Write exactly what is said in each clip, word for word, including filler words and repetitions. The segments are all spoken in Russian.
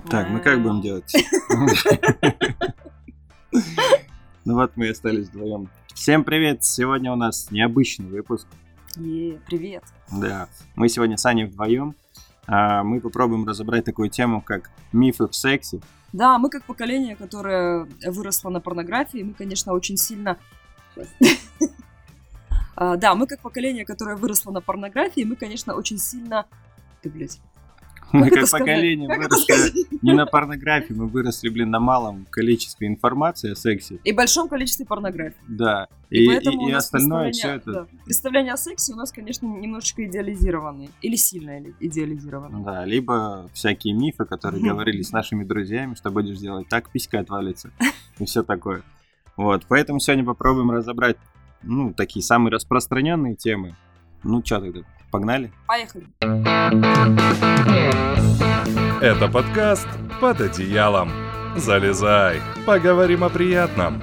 Так, ну как будем делать? Ну вот мы и остались вдвоем. Всем привет! Сегодня у нас необычный выпуск. Е, привет! Да, мы сегодня с Аней вдвоем. Мы попробуем разобрать такую тему, как мифы в сексе. Да, мы как поколение, которое выросло на порнографии, мы, конечно, очень сильно... Да, мы как поколение, которое выросло на порнографии, мы, конечно, очень сильно... Ты, блядь... Мы как поколение выросли не на порнографии, мы выросли, блин, на малом количестве информации о сексе. И большом количестве порнографии. Да. И, и, поэтому и, и остальное все это... Да, представление о сексе у нас, конечно, немножечко идеализированное. Или сильно идеализированное. Да, либо всякие мифы, которые говорили с нашими друзьями, что будешь делать так, писька отвалится. И все такое. Вот, поэтому сегодня попробуем разобрать, ну, такие самые распространенные темы. Ну, что тогда? Погнали? Поехали. Это подкаст «Под одеялом». Залезай, поговорим о приятном.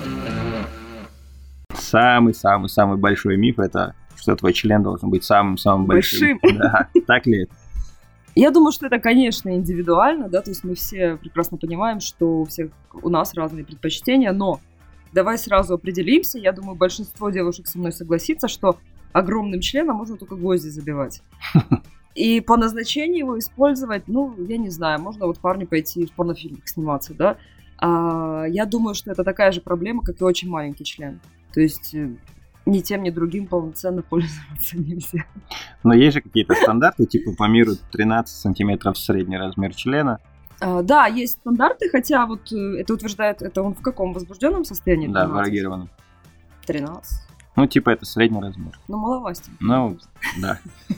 Самый-самый-самый большой миф — это что твой член должен быть самым-самым большим. Большим. Да, так ли это? Я думаю, что это, конечно, индивидуально, да, то есть мы все прекрасно понимаем, что у всех у нас разные предпочтения, но давай сразу определимся. Я думаю, большинство девушек со мной согласится, что огромным членом можно только гвозди забивать. И по назначению его использовать, ну, я не знаю, можно вот парню пойти в порнофильмах сниматься, да. А я думаю, что это такая же проблема, как и очень маленький член. То есть ни тем, ни другим полноценно пользоваться нельзя. Но есть же какие-то стандарты, типа по миру тринадцать сантиметров средний размер члена. А, да, есть стандарты, хотя вот это утверждает, это он в каком возбужденном состоянии? Да, в эрогированном. тринадцать. Ну, типа, это средний размер. Ну, маловастенько. Ну, да.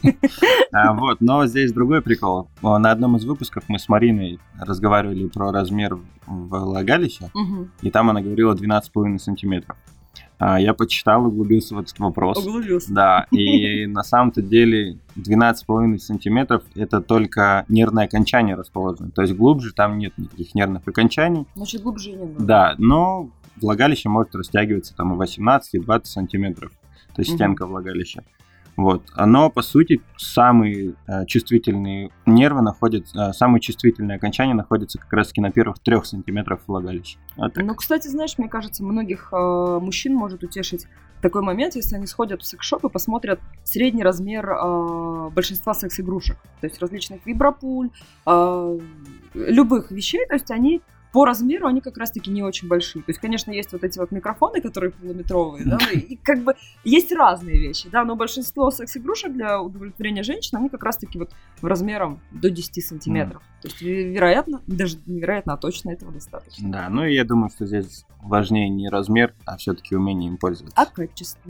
а, вот, но здесь другой прикол. На одном из выпусков мы с Мариной разговаривали про размер влагалища, угу. и там она говорила двенадцать с половиной сантиметров. А, я почитал, углубился в этот вопрос. Углубился. Да, и на самом-то деле двенадцать с половиной сантиметров это только нервное окончание расположено. То есть глубже там нет никаких нервных окончаний. Значит, глубже и не надо. Да, но влагалище может растягиваться там и восемнадцать, и двадцать сантиметров, то есть mm-hmm. стенка влагалища. Вот. Но, по сути, самые э, чувствительные нервы находятся, э, самые чувствительные окончания находятся как раз-таки на первых трех сантиметрах влагалища. Вот ну, кстати, знаешь, мне кажется, многих э, мужчин может утешить такой момент, если они сходят в секс-шоп и посмотрят средний размер э, большинства секс-игрушек. То есть различных вибропуль, э, любых вещей, то есть они по размеру они как раз-таки не очень большие. То есть, конечно, есть вот эти вот микрофоны, которые полуметровые, да, и как бы есть разные вещи, да, но большинство секс-игрушек для удовлетворения женщин, они как раз-таки вот размером до десяти сантиметров. Mm. То есть, вероятно, даже невероятно, а точно этого достаточно. Да, ну и я думаю, что здесь важнее не размер, а все-таки умение им пользоваться. А качество.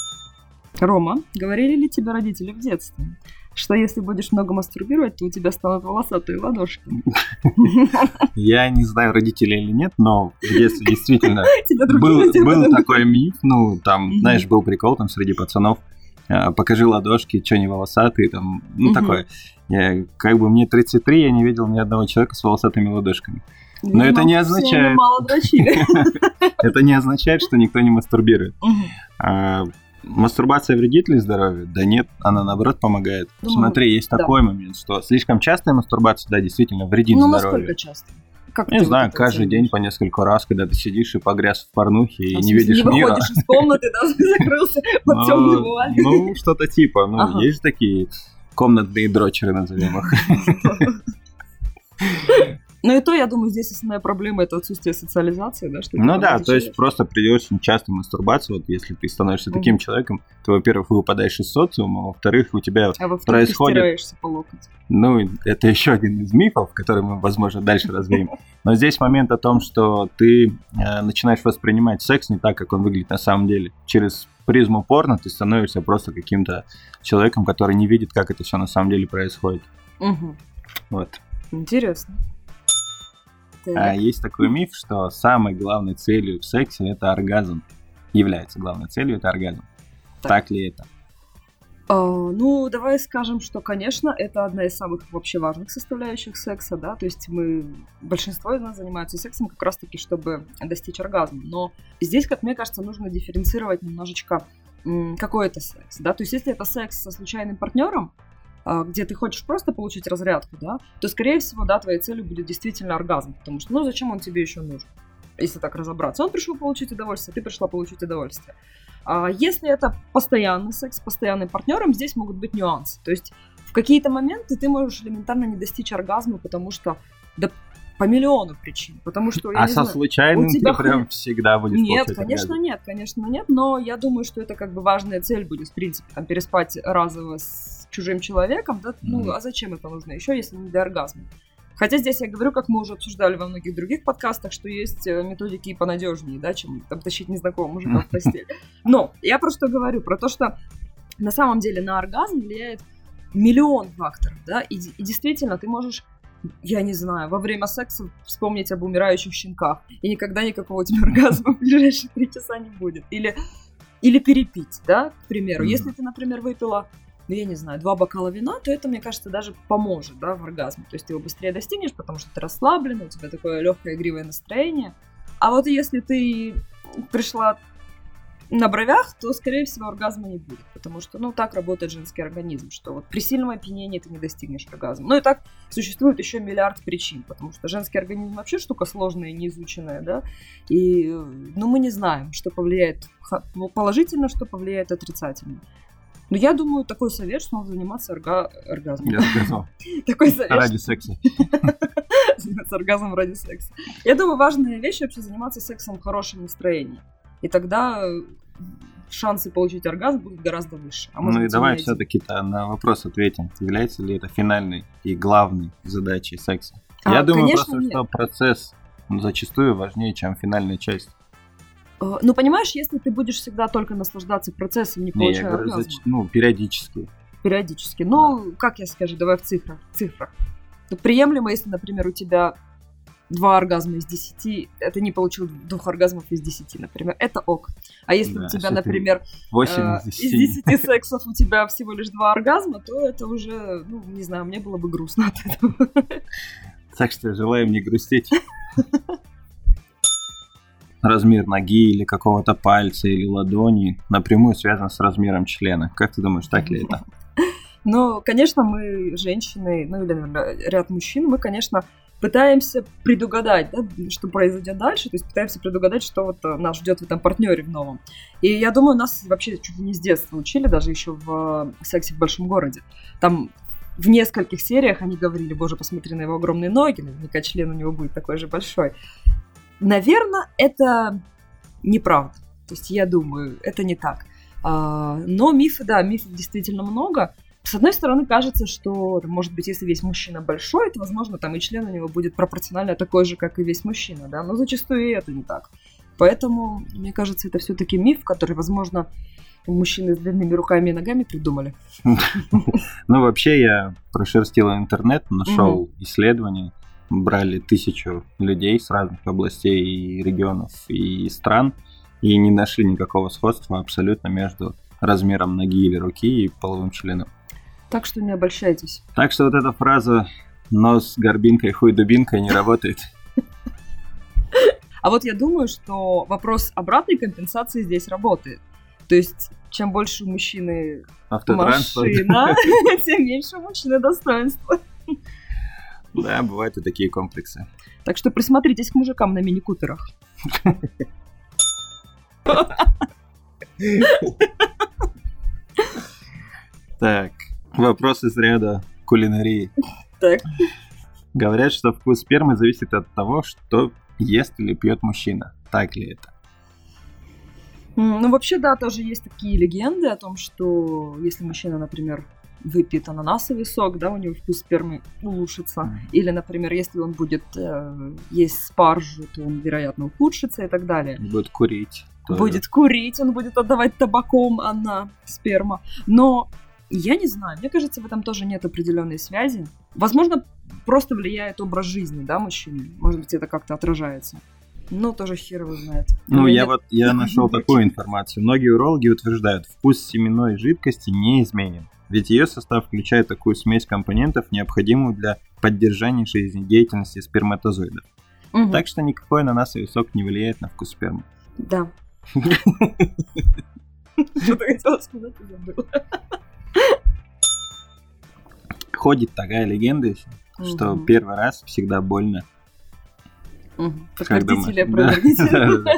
Рома, говорили ли тебе родители в детстве, что если будешь много мастурбировать, то у тебя станут волосатые ладошки? Я не знаю, родители или нет, но в детстве действительно был, был такой миф. Ну, там, mm-hmm. знаешь, был прикол там среди пацанов. Покажи ладошки, что не волосатые, там, ну, mm-hmm. такое. Я, как бы мне тридцать три, я не видел ни одного человека с волосатыми ладошками. Но это не означает... Это не означает, что никто не мастурбирует. Мастурбация вредит ли здоровью? Да нет, она наоборот помогает. Думаю, Смотри, есть да. такой момент, что слишком частая мастурбация, да, действительно вредит ну, здоровью. Ну, насколько часто? Как не знаю, вот каждый день по несколько раз, когда ты сидишь и погряз в порнухе и а не видишь не мира. Не выходишь из комнаты, да, закрылся под темной вуалью. Ну, что-то типа, ну, ага. есть такие комнатные дрочеры, назовем их. Ну и то, я думаю, здесь основная проблема — это отсутствие социализации, да? Что ну да, то есть просто при очень частой мастурбации, вот если ты становишься mm-hmm. таким человеком, то, во-первых, выпадаешь из социума, а во-вторых, у тебя а во-вторых, происходит... ты стираешься по локоть. Ну, это еще один из мифов, который мы, возможно, дальше развеем. Но здесь момент о том, что ты э, начинаешь воспринимать секс не так, как он выглядит на самом деле. Через призму порно ты становишься просто каким-то человеком, который не видит, как это все на самом деле происходит. Mm-hmm. Вот. Интересно. А есть такой миф, что самой главной целью в сексе это оргазм. Является главной целью это оргазм. Так, так ли это? А, ну, давай скажем, что, конечно, это одна из самых вообще важных составляющих секса, да, то есть мы, большинство из нас занимаются сексом как раз-таки, чтобы достичь оргазма, но здесь, как мне кажется, нужно дифференцировать немножечко, м, какой это секс, да, то есть если это секс со случайным партнером, где ты хочешь просто получить разрядку, да, то, скорее всего, да, твоей целью будет действительно оргазм, потому что, ну, зачем он тебе еще нужен, если так разобраться? Он пришел получить удовольствие, ты пришла получить удовольствие. А если это постоянный секс с постоянным партнером, здесь могут быть нюансы. То есть в какие-то моменты ты можешь элементарно не достичь оргазма, потому что, да, по миллиону причин, потому что, я а не со знаю, случайным ты тебя... прям всегда будешь Нет, получать конечно, оргазм? нет, конечно, нет, но я думаю, что это как бы важная цель будет, в принципе, там, переспать разово с чужим человеком, да, ну, mm-hmm. а зачем это нужно еще, если не для оргазма? Хотя здесь я говорю, как мы уже обсуждали во многих других подкастах, что есть методики и понадежнее, да, чем там тащить незнакомого мужика в постель. Но я просто говорю про то, что на самом деле на оргазм влияет миллион факторов, да, и, и действительно ты можешь, я не знаю, во время секса вспомнить об умирающих щенках, и никогда никакого у тебя оргазма в ближайшие три часа не будет. Или, или перепить, да, к примеру. Mm-hmm. Если ты, например, выпила, ну, я не знаю, два бокала вина, то это, мне кажется, даже поможет, да, в оргазме. То есть ты его быстрее достигнешь, потому что ты расслаблен, у тебя такое легкое игривое настроение. А вот если ты пришла на бровях, то, скорее всего, оргазма не будет, потому что, ну, так работает женский организм, что вот при сильном опьянении ты не достигнешь оргазма. Ну, и так существует еще миллиард причин, потому что женский организм вообще штука сложная, неизученная, да, и, ну, мы не знаем, что повлияет положительно, что повлияет отрицательно. Но я думаю, такой совет, что надо заниматься орга... оргазмом. Я сказал. Такой совет. Ради секса. Заниматься оргазмом ради секса. Я думаю, важная вещь вообще заниматься сексом в хорошем настроении. И тогда шансы получить оргазм будут гораздо выше. А ну и давай все-таки-то на вопрос ответим. Является ли это финальной и главной задачей секса? А, я думаю просто, нет. что процесс зачастую важнее, чем финальная часть. Ну, понимаешь, если ты будешь всегда только наслаждаться процессом, не получая не, я говорю, оргазма. Зач... Ну, периодически. Периодически. Ну, да. Как я скажу, давай в цифрах. цифрах. То приемлемо, если, например, у тебя два оргазма из десяти, это не получил двух оргазмов из десяти, например. Это ок. А если да, у тебя, например, восемь э, из десяти сексов у тебя всего лишь два оргазма, то это уже, ну, не знаю, мне было бы грустно от этого. Так что желаем не грустить. Размер ноги или какого-то пальца или ладони напрямую связан с размером члена. Как ты думаешь, так ли это? Ну, конечно, мы, женщины, ну или, наверное, ряд мужчин, мы, конечно, пытаемся предугадать, да, что произойдет дальше, то есть пытаемся предугадать, что вот нас ждет в этом партнере в новом. И я думаю, нас вообще чуть ли не с детства учили, даже еще в «Сексе в большом городе». Там в нескольких сериях они говорили: боже, посмотри на его огромные ноги, наверняка член у него будет такой же большой. Наверное, это неправда. То есть я думаю, это не так. А, но мифы, да, мифов действительно много. С одной стороны, кажется, что, может быть, если весь мужчина большой, то, возможно, там и член у него будет пропорционально такой же, как и весь мужчина, да, но зачастую и это не так. Поэтому, мне кажется, это все-таки миф, который, возможно, мужчины с длинными руками и ногами придумали. Ну, вообще, я прошерстил интернет, нашел исследования. Брали тысячу людей с разных областей и регионов и стран и не нашли никакого сходства абсолютно между размером ноги или руки и половым членом. Так что не обольщайтесь. Так что вот эта фраза «нос горбинкой, хуй дубинкой» не работает. А вот я думаю, что вопрос обратной компенсации здесь работает. То есть, чем больше у мужчины машина, тем меньше у мужчины достоинства. Да, бывают и такие комплексы. Так что присмотритесь к мужикам на мини-куперах. Так, вопрос из ряда кулинарии. Так. Говорят, что вкус спермы зависит от того, что ест или пьет мужчина. Так ли это? Ну, вообще, да, тоже есть такие легенды о том, что если мужчина, например, выпьет ананасовый сок, да, у него вкус спермы улучшится. Mm-hmm. Или, например, если он будет э, есть спаржу, то он, вероятно, ухудшится и так далее. Будет курить. Тоже. Будет курить, он будет отдавать табаком, она, сперма. Но я не знаю, мне кажется, в этом тоже нет определенной связи. Возможно, просто влияет образ жизни, да, мужчины. Может быть, это как-то отражается. Ну, тоже хер его знает. Ну, я вот я нашел такую информацию. Многие урологи утверждают, вкус семенной жидкости не изменен. Ведь ее состав включает такую смесь компонентов, необходимую для поддержания жизнедеятельности сперматозоидов. Угу. Так что никакой ананасовый сок не влияет на вкус спермы. Да. Что ты хотела сказать, я забыла. ходит такая легенда еще, угу. что первый раз всегда больно. Угу. Подтвердите или опровергните.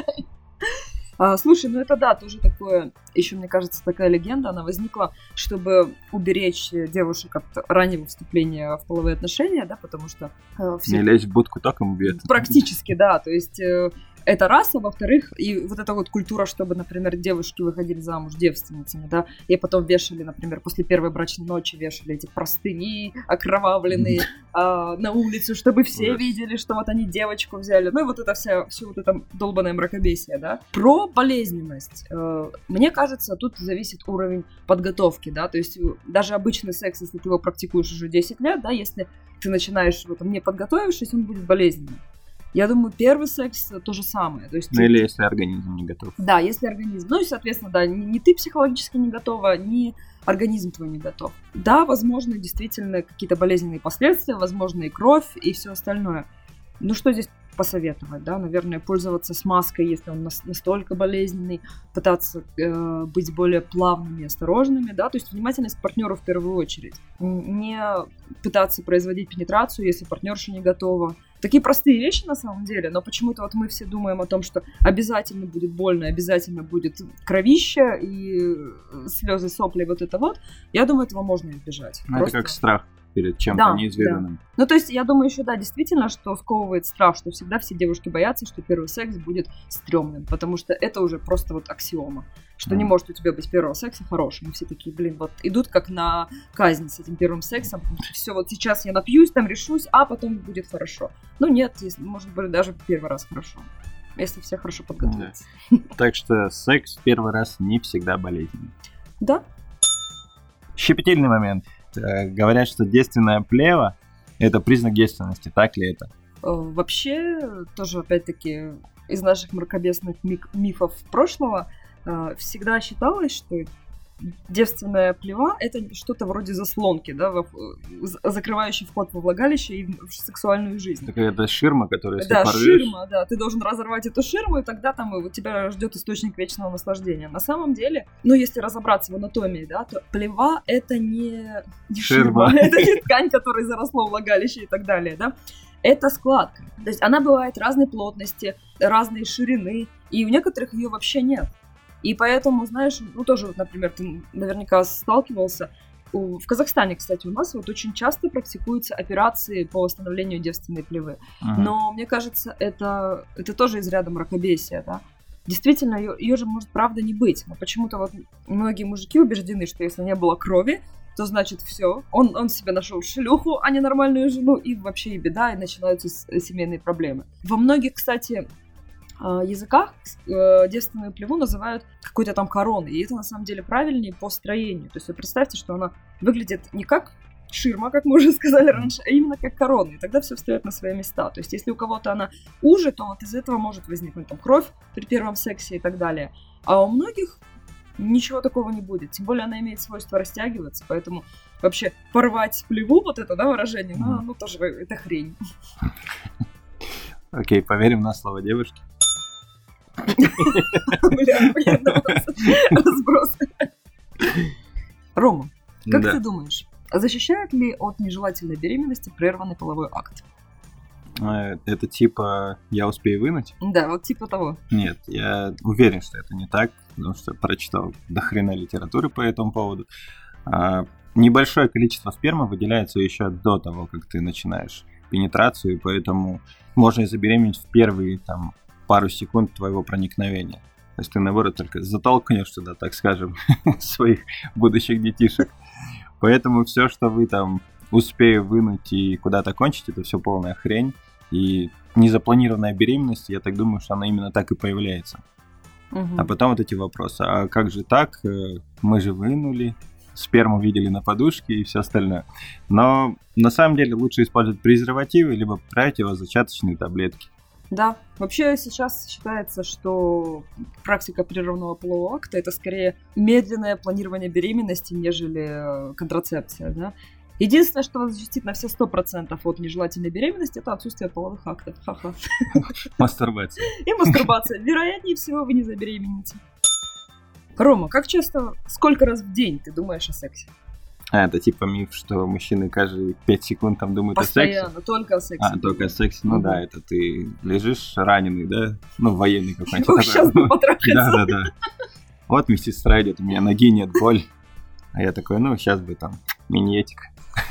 А, слушай, ну это да, тоже такое, еще, мне кажется, такая легенда, она возникла, чтобы уберечь девушек от раннего вступления в половые отношения, да, потому что... Э, все... Не лезь в будку, током убьет. Практически, да, то есть... Э, это раз, а во-вторых, и вот эта вот культура, чтобы, например, девушки выходили замуж девственницами, да, и потом вешали, например, после первой брачной ночи вешали эти простыни окровавленные а, на улицу, чтобы все видели, что вот они девочку взяли. Ну и вот это вся, все вот это долбанное мракобесие, да. Про болезненность. Э, мне кажется, тут зависит уровень подготовки, да, то есть даже обычный секс, если ты его практикуешь уже десять лет, да, если ты начинаешь вот, не подготовившись, он будет болезненным. Я думаю, первый секс то же самое. То есть, ну, или если организм не готов. Да, если организм. Ну и, соответственно, да, ни, ни ты психологически не готова, ни организм твой не готов. Да, возможно, действительно какие-то болезненные последствия, возможно, и кровь, и все остальное. Ну что здесь посоветовать, да? Наверное, пользоваться смазкой, если он настолько болезненный, пытаться э, быть более плавными и осторожными, да, то есть внимательность к партнеру в первую очередь. Не пытаться производить пенетрацию, если партнерша не готова. Такие простые вещи на самом деле, но почему-то вот мы все думаем о том, что обязательно будет больно, обязательно будет кровища и слезы, сопли, вот это вот. Я думаю, этого можно избежать. Ну, Просто... это как страх перед чем-то да, неизведанным. Да. Ну, то есть, я думаю, еще, да, действительно, что сковывает страх, что всегда все девушки боятся, что первый секс будет стрёмным, потому что это уже просто вот аксиома, что mm. не может у тебя быть первого секса хорошим. И все такие, блин, вот идут как на казнь с этим первым сексом, все, вот сейчас я напьюсь, там решусь, а потом будет хорошо. Ну, нет, если, может быть, даже первый раз хорошо, если все хорошо подготовятся. Yeah. Так что секс первый раз не всегда болезненный. Да. Щепетильный момент. Говорят, что девственная плева – это признак девственности, так ли это? Вообще, тоже, опять-таки, из наших мракобесных мифов прошлого всегда считалось, что девственная плева – это что-то вроде заслонки, да, закрывающей вход во влагалище и в сексуальную жизнь. Так это ширма, которая если Да, порвешь... ширма, да. Ты должен разорвать эту ширму, и тогда там у тебя ждет источник вечного наслаждения. На самом деле, ну, если разобраться в анатомии, да, то плева – это не, не ширма, ширма. Это не ткань, которая заросла влагалище и так далее, да. Это складка. То есть она бывает разной плотности, разной ширины, и у некоторых ее вообще нет. И поэтому, знаешь, ну тоже, вот, например, ты наверняка сталкивался, в Казахстане, кстати, у нас вот очень часто практикуются операции по восстановлению девственной плевы. Uh-huh. Но мне кажется, это, это тоже из ряда мракобесия, да. Действительно, ее, ее же может правда не быть. Но почему-то вот многие мужики убеждены, что если не было крови, то значит все, он, он себе нашел шлюху, а не нормальную жену, и вообще и беда, и начинаются семейные проблемы. Во многих, кстати, языках девственную плеву называют какой-то там короной, и это на самом деле правильнее по строению. То есть вы представьте, что она выглядит не как ширма, как мы уже сказали раньше, а именно как корона, и тогда все встает на свои места. То есть если у кого-то она уже, то вот из этого может возникнуть там кровь при первом сексе и так далее. А у многих ничего такого не будет, тем более она имеет свойство растягиваться, поэтому вообще порвать плеву, вот это, да, выражение, ну, ну тоже это хрень. Окей, поверим на слово девушки. Рома, как ты думаешь, защищает ли от нежелательной беременности прерванный половой акт? Это типа я успею вынуть? Да, вот типа того. Нет, я уверен, что это не так, потому что прочитал до хрена литературы по этому поводу. Небольшое количество спермы выделяется еще до того, как ты начинаешь пенетрацию, поэтому можно и забеременеть в первые там пару секунд твоего проникновения. То есть ты, наоборот, только затолкнешь туда, так скажем, своих будущих детишек. Поэтому все, что вы там успею вынуть и куда-то кончить, это все полная хрень. И незапланированная беременность, я так думаю, что она именно так и появляется. Угу. А потом вот эти вопросы. А как же так? Мы же вынули, сперму видели на подушке и все остальное. Но на самом деле лучше использовать презервативы, либо противозачаточные таблетки. Да, вообще сейчас считается, что практика прерывного полового акта – это скорее медленное планирование беременности, нежели контрацепция, да. Единственное, что вас защитит на все сто процентов от нежелательной беременности, это отсутствие половых актов. Ха-ха. Мастурбация. И мастурбация. Вероятнее всего, вы не забеременеете. Рома, как часто, сколько раз в день ты думаешь о сексе? А, это типа миф, что мужчины каждые пять секунд там думают Постоянно, о сексе? только о сексе. А, только о сексе, ну mm-hmm. да, это ты лежишь раненый, да? Ну, военный какой-нибудь. Ох, сейчас бы потрахаться. Да-да-да. Вот медсестра идет, у меня ноги нет, боль. А я такой, ну, сейчас бы там минетик.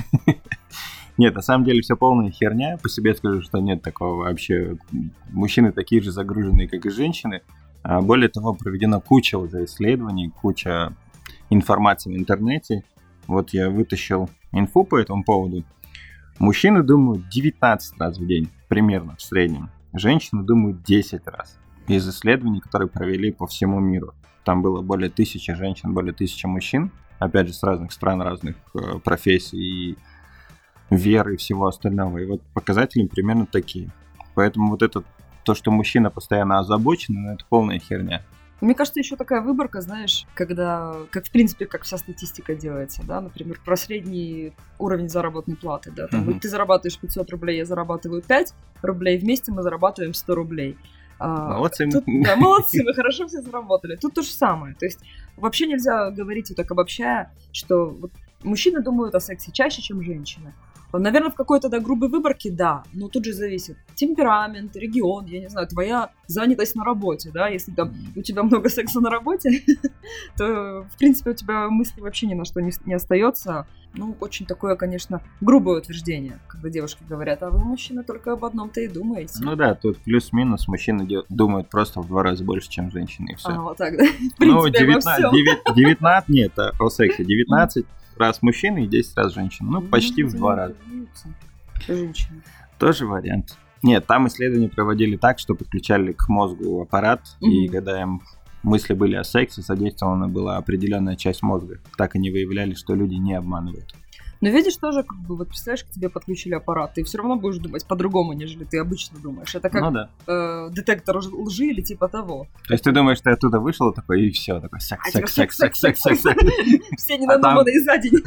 Нет, на самом деле все полная херня. По себе скажу, что нет такого вообще. Мужчины такие же загруженные, как и женщины. А более того, проведена куча уже исследований, куча информации в интернете. Вот я вытащил инфу по этому поводу. Мужчины думают девятнадцать раз в день, примерно в среднем. Женщины думают десять раз. Из исследований, которые провели по всему миру. Там было более тысячи женщин, более тысячи мужчин. Опять же, с разных стран, разных э, профессий, и веры и всего остального. И вот показатели примерно такие. Поэтому вот это, то, что мужчина постоянно озабочен, ну, это полная херня. Мне кажется, еще такая выборка, знаешь, когда, как в принципе, как вся статистика делается, да, например, про средний уровень заработной платы, да, там, uh-huh. ты зарабатываешь пятьсот рублей, я зарабатываю пять рублей, вместе мы зарабатываем сто рублей. Молодцы. Тут, да, молодцы, мы хорошо все заработали. Тут то же самое, то есть вообще нельзя говорить вот так обобщая, что вот мужчины думают о сексе чаще, чем женщины. Наверное, в какой-то, да, грубой выборке, да, но тут же зависит темперамент, регион, я не знаю, твоя занятость на работе, да, если там у тебя много секса на работе, то, в принципе, у тебя мысли вообще ни на что не, не остается. Ну, очень такое, конечно, грубое утверждение, когда девушки говорят, а вы, мужчина, только об одном-то и думаете. Ну да, тут плюс-минус, мужчины де- думают просто в два раза больше, чем женщины, и все. А, вот так, да? В принципе, ну, девятнадцать, девятнадцать, нет, о сексе, девятнадцать раз мужчины и десять раз женщины. Ну, почти ну, в два раза. Женщины. Тоже вариант. Нет, там исследования проводили так, что подключали к мозгу аппарат, mm-hmm. и когда им мысли были о сексе, задействована была определенная часть мозга. Так они выявляли, что люди не обманывают. Но видишь, тоже, как бы, вот представляешь, к тебе подключили аппарат, ты все равно будешь думать по-другому, нежели ты обычно думаешь. Это как ну, да. э, детектор лжи или типа того. То есть ты думаешь, ты оттуда вышел такой, и все, такой секс, секс, секс, секс, секс, секс, секс. Все недодуманные за день.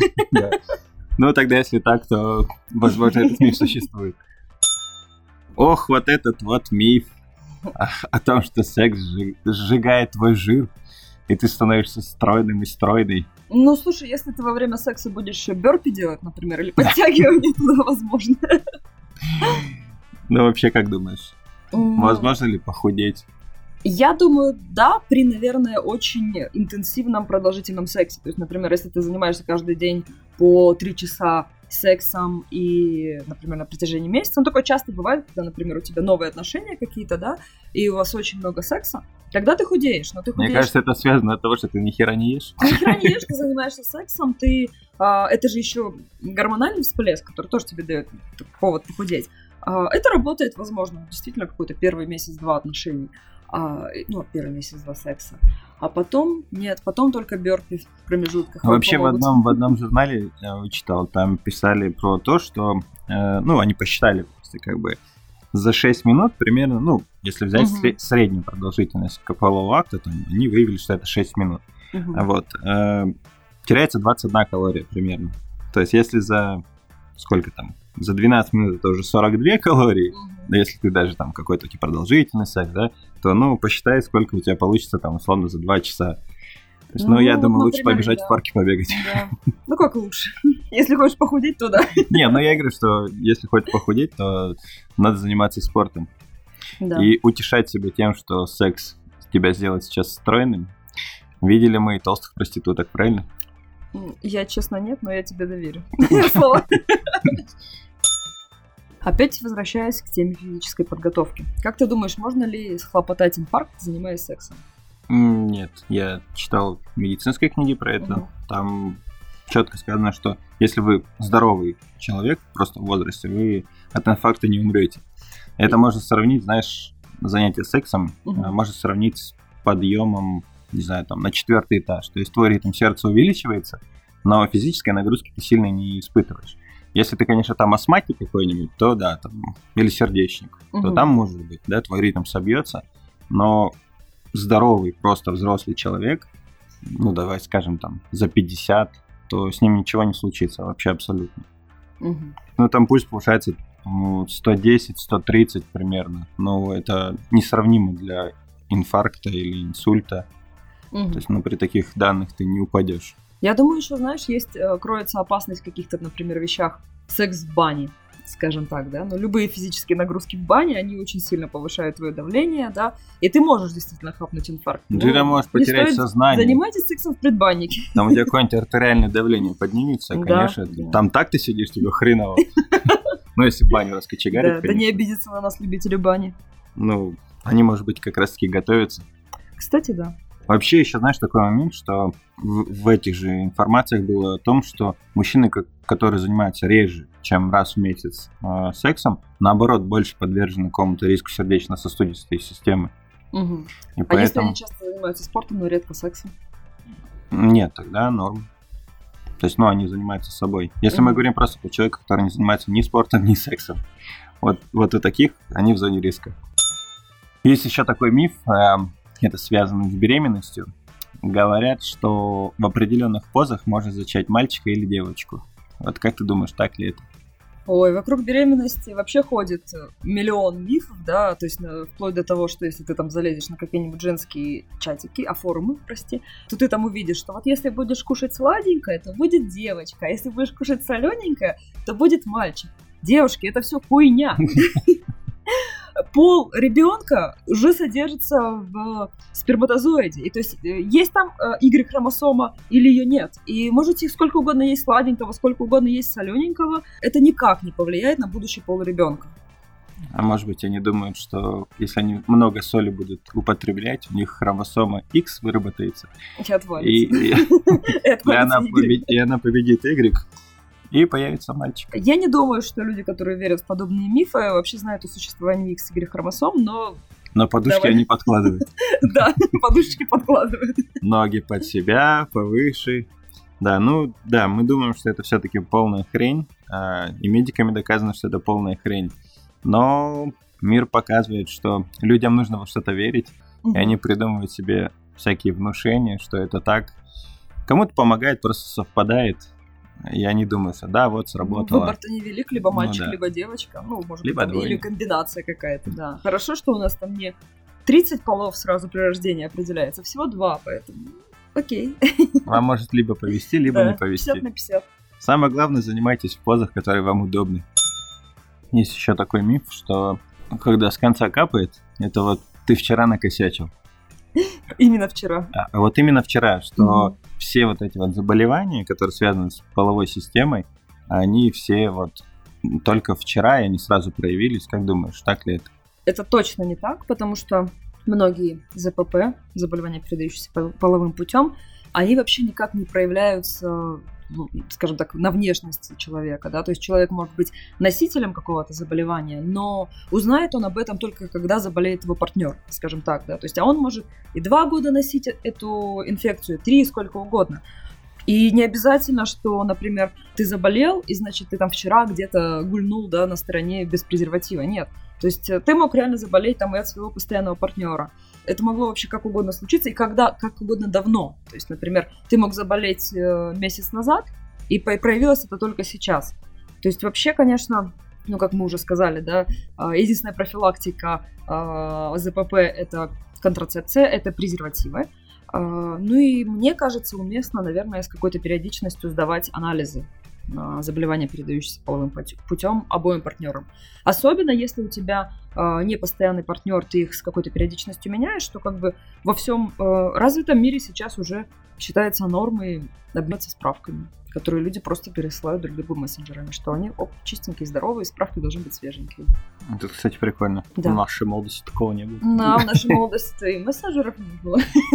Ну, тогда, если так, то, возможно, этот миф существует. Ох, вот этот вот миф о том, что секс сжигает твой жир, и ты становишься стройным и стройной. Ну, слушай, если ты во время секса будешь бёрпи делать, например, или подтягивание туда, возможно. Ну, вообще, как думаешь, возможно ли похудеть? Я думаю, да, при, наверное, очень интенсивном продолжительном сексе. То есть, например, если ты занимаешься каждый день по три часа сексом и, например, на протяжении месяца, ну, такое часто бывает, когда, например, у тебя новые отношения какие-то, да, и у вас очень много секса, тогда ты худеешь, но ты худеешь... Мне кажется, это связано от того, что ты ни хера не ешь. Ни хера не ешь, ты занимаешься сексом, ты... А, это же еще гормональный всплеск, который тоже тебе дает повод похудеть. А, это работает, возможно, действительно какой-то первый месяц-два отношений. А, ну, первый месяц-два секса. А потом, нет, потом только бёрпи в промежутках. Вообще в одном, в одном журнале я читал, там писали про то, что, э, ну, они посчитали просто как бы за шесть минут примерно, ну, если взять угу. сред, среднюю продолжительность полового акта, там, они выявили, что это шесть минут. Угу. Вот. Э, теряется двадцать одна калория примерно. То есть если за сколько там, за двенадцать минут это уже сорок две калории, угу. да, если ты даже там какой-то типа продолжительный секс, да, то, ну, посчитай, сколько у тебя получится там, условно, за два часа. То есть, ну, ну, я думаю, лучше например, побежать да. в парке побегать. Да. Ну, как лучше? Если хочешь похудеть, то да. Не, ну я говорю, что если хочешь похудеть, то надо заниматься спортом. Да. И утешать себя тем, что секс тебя сделает сейчас стройным. Видели мы и толстых проституток, правильно? Я, честно, нет, но я тебе доверю. Опять возвращаясь к теме физической подготовки. Как ты думаешь, можно ли схлопотать инфаркт, занимаясь сексом? Нет, я читал медицинские книги про это. Угу. Там четко сказано, что если вы здоровый человек, просто в возрасте, вы от инфаркта не умрете. Это можно сравнить, знаешь, занятие сексом, угу. можно сравнить с подъемом, не знаю, там, на четвертый этаж. То есть твой ритм сердца увеличивается, но физической нагрузки ты сильно не испытываешь. Если ты, конечно, там астматик какой-нибудь, то да, там, или сердечник, угу. то там может быть, да, твой ритм собьется, но здоровый, просто взрослый человек, ну, давай скажем, там, за пятьдесят, то с ним ничего не случится вообще абсолютно. Угу. Ну, там пульс повышается ну, сто десять - сто тридцать примерно, но это несравнимо для инфаркта или инсульта. Угу. То есть, ну, при таких данных ты не упадешь. Я думаю, еще, знаешь, есть, кроется опасность в каких-то, например, вещах. Секс в бане, скажем так, да. Но любые физические нагрузки в бане, они очень сильно повышают твое давление, да. И ты можешь действительно хапнуть инфаркт. Ты там можешь потерять сознание. Занимайтесь сексом в предбаннике. Там у тебя какое-нибудь артериальное давление поднимется, конечно. Там так ты сидишь, тебе хреново. Ну, если баню раскочегарить, да, да не обидятся на нас любители бани. Ну, они, может быть, как раз-таки готовятся. Кстати, да. Вообще, еще, знаешь, такой момент, что в, в этих же информациях было о том, что мужчины, которые занимаются реже, чем раз в месяц э, сексом, наоборот, больше подвержены какому-то риску сердечно-сосудистой системы. Угу. И а поэтому... если они часто занимаются спортом, но редко сексом? Нет, тогда норм. То есть, ну, они занимаются собой. Если угу. мы говорим просто про человека, который не занимается ни спортом, ни сексом, вот, вот у таких они в зоне риска. Есть еще такой миф... Э, это связано с беременностью, говорят, что в определенных позах можно зачать мальчика или девочку. Вот как ты думаешь, так ли это? Ой, вокруг беременности вообще ходит миллион мифов, да, то есть вплоть до того, что если ты там залезешь на какие-нибудь женские чатики, а форумы, прости, то ты там увидишь, что вот если будешь кушать сладенькое, то будет девочка, а если будешь кушать солененькое, то будет мальчик. Девушки, это все хуйня. Пол ребенка уже содержится в сперматозоиде. И то есть есть там Y-хромосома или ее нет. И можете сколько угодно есть сладенького, сколько угодно есть солененького. Это никак не повлияет на будущий пол ребенка. А может быть, они думают, что если они много соли будут употреблять, у них хромосома X выработается. И отвалится. И она победит Y. И появится мальчик. Я не думаю, что люди, которые верят в подобные мифы, вообще знают о существовании X и Y-хромосом, но... Но подушки Давай. Они подкладывают. Да, подушечки подкладывают. Ноги под себя, повыше. Да, ну, да, мы думаем, что это все-таки полная хрень, и медиками доказано, что это полная хрень. Но мир показывает, что людям нужно во что-то верить, и они придумывают себе всякие внушения, что это так. Кому-то помогает, просто совпадает. Я не думаю, что да, вот сработало. Выбор-то невелик, либо мальчик, ну, да. либо девочка. Ну, может либо быть, там, или комбинация какая-то, да. Хорошо, что у нас там не тридцать полов сразу при рождении определяется, всего два, поэтому окей. Вам может либо повезти, либо да, не повезти. пятьдесят на пятьдесят. Самое главное, занимайтесь в позах, которые вам удобны. Есть еще такой миф, что когда с конца капает, это вот ты вчера накосячил. Именно вчера. А, вот именно вчера, что mm-hmm. все вот эти вот заболевания, которые связаны с половой системой, они все вот только вчера, и они сразу проявились. Как думаешь, так ли это? Это точно не так, потому что многие ЗПП, заболевания, передающиеся половым путем, они вообще никак не проявляются, ну, скажем так, на внешности человека, да, то есть человек может быть носителем какого-то заболевания, но узнает он об этом только когда заболеет его партнер, скажем так, да, то есть а он может и два года носить эту инфекцию, три, сколько угодно. И не обязательно, что, например, ты заболел, и, значит, ты там вчера где-то гульнул, да, на стороне без презерватива. Нет. То есть ты мог реально заболеть там и от своего постоянного партнера. Это могло вообще как угодно случиться, и когда, как угодно давно. То есть, например, ты мог заболеть э, месяц назад, и проявилось это только сейчас. То есть вообще, конечно, ну, как мы уже сказали, да, э, единственная профилактика э, ЗПП – это контрацепция, это презервативы. Ну и мне кажется, уместно, наверное, с какой-то периодичностью сдавать анализы на заболевания, передающиеся половым путем обоим партнерам. Особенно если у тебя э, не постоянный партнер, ты их с какой-то периодичностью меняешь, то как бы во всем э, развитом мире сейчас уже считается нормой обменяться справками, которые люди просто пересылают друг другу мессенджерами, что они оп, чистенькие, здоровые, справки должны быть свеженькие. Это, кстати, прикольно. Да. В нашей молодости такого не было. Да, в нашей молодости и мессенджеров не было.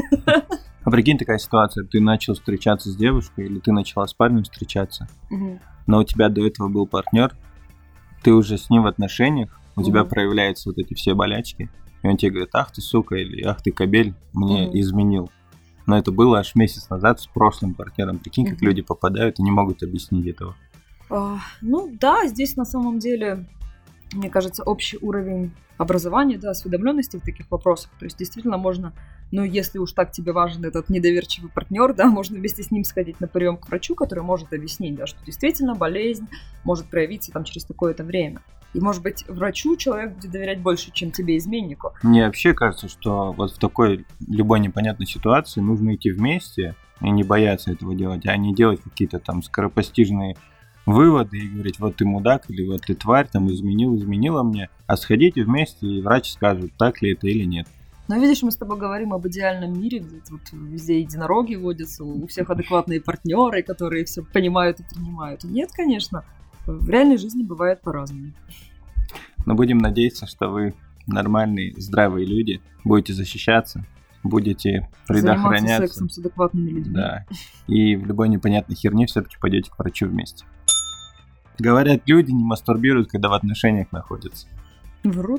А прикинь, такая ситуация, ты начал встречаться с девушкой, или ты начала с парнем встречаться, угу. но у тебя до этого был партнер, ты уже с ним в отношениях, у угу. тебя проявляются вот эти все болячки, и он тебе говорит: ах ты сука, или ах ты кобель, мне угу. изменил. Но это было аж месяц назад с прошлым партнером. Прикинь, как mm-hmm. люди попадают и не могут объяснить этого. Uh, ну да, здесь на самом деле, мне кажется, общий уровень образования, да, осведомленности в таких вопросах. То есть действительно можно, ну если уж так тебе важен этот недоверчивый партнер, да, можно вместе с ним сходить на прием к врачу, который может объяснить, да, что действительно болезнь может проявиться там через какое-то время. И, может быть, врачу человек будет доверять больше, чем тебе, изменнику. Мне вообще кажется, что вот в такой любой непонятной ситуации нужно идти вместе и не бояться этого делать, а не делать какие-то там скоропостижные выводы и говорить, вот ты мудак или вот ты тварь, там изменил, изменила мне, а сходите вместе, и врач скажет, так ли это или нет. Но видишь, мы с тобой говорим об идеальном мире, где вот везде единороги водятся, у всех адекватные партнеры, которые все понимают и принимают. Нет, конечно, в реальной жизни бывает по-разному. Но будем надеяться, что вы нормальные, здравые люди, будете защищаться, будете предохраняться. Заниматься сексом с адекватными людьми. Да. И в любой непонятной херне все-таки пойдете к врачу вместе. Говорят, люди не мастурбируют, когда в отношениях находятся. Врут.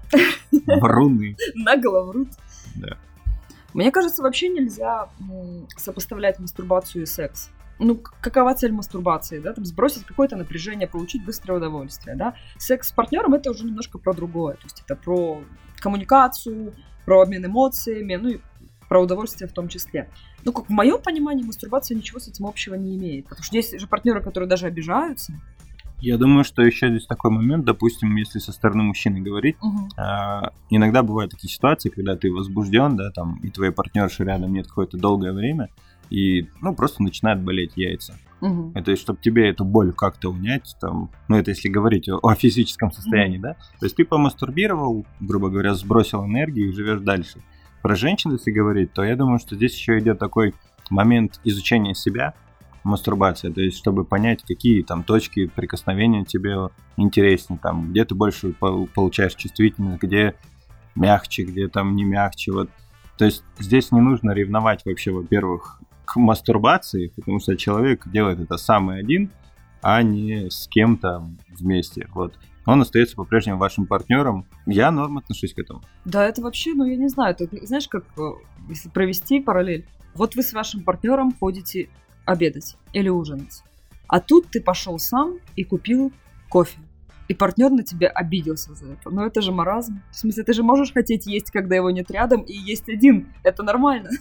Вруны. Наголо врут. Да. Мне кажется, вообще нельзя сопоставлять мастурбацию и секс. Ну, какова цель мастурбации, да, там сбросить какое-то напряжение, получить быстрое удовольствие, да. Секс с партнером это уже немножко про другое, то есть это про коммуникацию, про обмен эмоциями, ну и про удовольствие в том числе. Ну, как в моем понимании, мастурбация ничего с этим общего не имеет, потому что есть же партнеры, которые даже обижаются. Я думаю, что еще здесь такой момент, допустим, если со стороны мужчины говорить, угу. а, иногда бывают такие ситуации, когда ты возбужден, да, там, и твоей партнерши рядом нет какое-то долгое время, и, ну, просто начинают болеть яйца. Угу. Это чтобы тебе эту боль как-то унять, там, ну, это если говорить о, о физическом состоянии, угу. да, то есть ты помастурбировал, грубо говоря, сбросил энергию и живешь дальше. Про женщин, если говорить, то я думаю, что здесь еще идет такой момент изучения себя, мастурбация, то есть чтобы понять, какие там точки прикосновения тебе интереснее, там, где ты больше получаешь чувствительность, где мягче, где там не мягче, вот. То есть здесь не нужно ревновать вообще, во-первых, к мастурбации, потому что человек делает это сам и один, а не с кем-то вместе, вот. Он остается по-прежнему вашим партнером. Я норм отношусь к этому. Да, это вообще, ну я не знаю, ты знаешь, как если провести параллель, вот вы с вашим партнером ходите обедать или ужинать. А тут ты пошел сам и купил кофе. И партнер на тебя обиделся за это. Но это же маразм. В смысле, ты же можешь хотеть есть, когда его нет рядом, и есть один. Это нормально.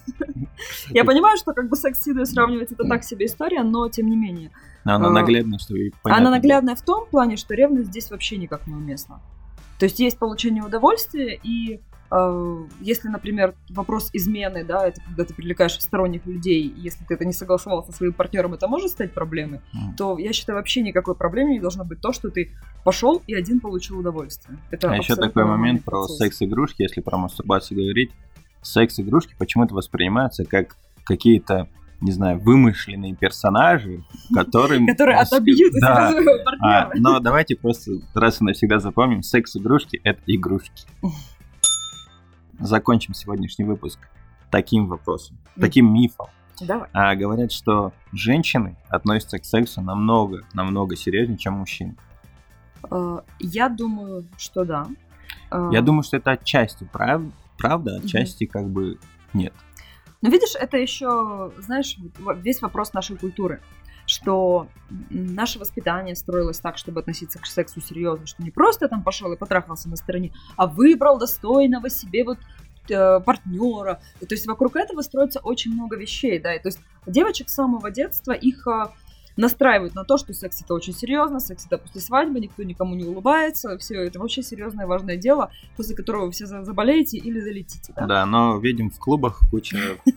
Я понимаю, что как бы секс с едой сравнивать это так себе история, но тем не менее. Она наглядная, что и понятно. Она наглядная в том плане, что ревность здесь вообще никак не уместна. То есть есть получение удовольствия, и э, если, например, вопрос измены, да, это когда ты привлекаешь сторонних людей, и если ты это не согласовал со своим партнером, это может стать проблемой, mm. то я считаю, вообще никакой проблемой не должно быть то, что ты пошел и один получил удовольствие. Это а еще такой момент про секс-игрушки, если про мастурбацию говорить. Секс-игрушки почему-то воспринимаются как какие-то, не знаю, вымышленные персонажи, которым... Которые отобьют у тебя своего партнера. Но давайте просто раз и навсегда запомним, секс-игрушки — это игрушки. Закончим сегодняшний выпуск таким вопросом, таким мифом. Давай. А, говорят, что женщины относятся к сексу намного, намного серьезнее, чем мужчины. Я думаю, что да. Я думаю, что это отчасти прав... правда, отчасти как бы нет. Но видишь, это еще, знаешь, весь вопрос нашей культуры, что наше воспитание строилось так, чтобы относиться к сексу серьезно, что не просто там пошел и потрахался на стороне, а выбрал достойного себе вот э, партнера. То есть вокруг этого строится очень много вещей, да, и то есть девочек с самого детства их э, настраивают на то, что секс это очень серьезно, секс это после свадьбы, никто никому не улыбается, все это вообще серьезное важное дело, после которого вы все заболеете или залетите. Да, да, но видим в клубах куча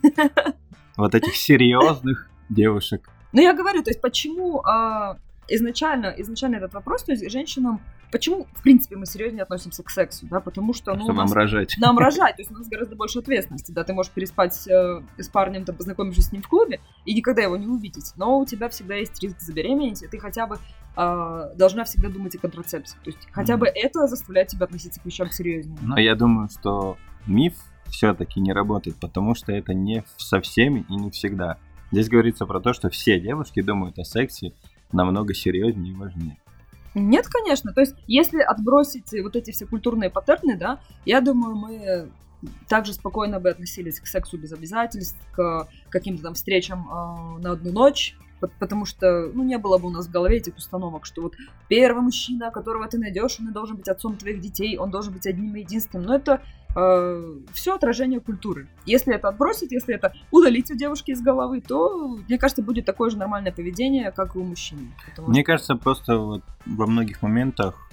вот этих серьезных девушек. Ну, я говорю, то есть почему э, изначально, изначально этот вопрос, то есть женщинам, почему, в принципе, мы серьезнее относимся к сексу, да, потому что, ну, чтобы нам рожать. Нам рожать, то есть у нас гораздо больше ответственности, да, ты можешь переспать э, с парнем, там, познакомившись с ним в клубе и никогда его не увидеть, но у тебя всегда есть риск забеременеть, и ты хотя бы э, должна всегда думать о контрацепции, то есть хотя mm. бы это заставляет тебя относиться к вещам серьезнее. Но я думаю, что миф все-таки не работает, потому что это не со всеми и не всегда. Здесь говорится про то, что все девушки думают о сексе намного серьезнее и важнее. Нет, конечно. То есть, если отбросить вот эти все культурные паттерны, да, я думаю, мы также спокойно бы относились к сексу без обязательств, к каким-то там встречам э, на одну ночь, потому что, ну, не было бы у нас в голове этих установок, что вот первый мужчина, которого ты найдешь, он должен быть отцом твоих детей, он должен быть одним и единственным. Но это э, все отражение культуры. Если это отбросить, если это удалить у девушки из головы, то, мне кажется, будет такое же нормальное поведение, как и у мужчин. Мне что... кажется, просто вот во многих моментах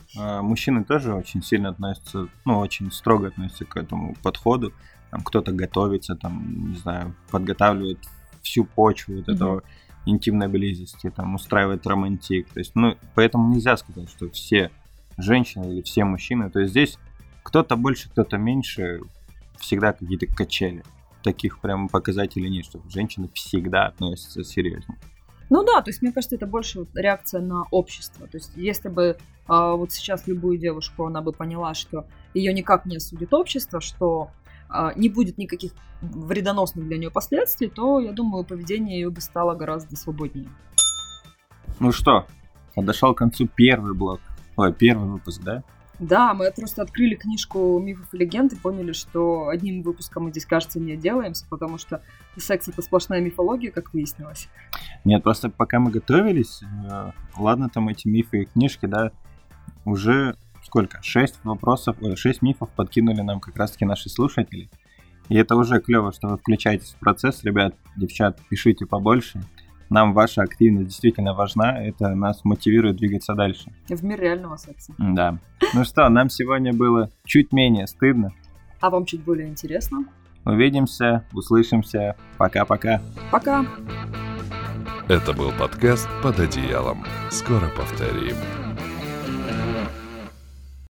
Мужчины тоже очень сильно относятся, ну, очень строго относятся к этому подходу. Там кто-то готовится, там, не знаю, подготавливает всю почву вот этого mm-hmm. интимной близости, там, устраивает романтик. То есть, ну, поэтому нельзя сказать, что все женщины или все мужчины. То есть здесь кто-то больше, кто-то меньше, всегда какие-то качели. Таких прям показателей нет, что женщины всегда относятся серьезно. Ну да, то есть мне кажется, это больше вот реакция на общество. То есть если бы а, вот сейчас любую девушку, она бы поняла, что ее никак не осудит общество, что а, не будет никаких вредоносных для нее последствий, то, я думаю, поведение ее бы стало гораздо свободнее. Ну что, подошел к концу первый блок, ой, первый выпуск, да? Да, мы просто открыли книжку «Мифов и легенд» и поняли, что одним выпуском мы здесь, кажется, не отделаемся, потому что секс — это сплошная мифология, как выяснилось. Нет, просто пока мы готовились, э, ладно, там эти мифы и книжки, да, уже сколько? Шесть вопросов, ой, шесть мифов подкинули нам как раз-таки наши слушатели. И это уже клево, что вы включаетесь в процесс, ребят, девчат, пишите побольше. Нам ваша активность действительно важна, это нас мотивирует двигаться дальше. В мир реального секса. Да. Ну что, нам сегодня было чуть менее стыдно. А вам чуть более интересно. Увидимся, услышимся. Пока-пока. Пока. Это был подкаст «Под одеялом». Скоро повторим.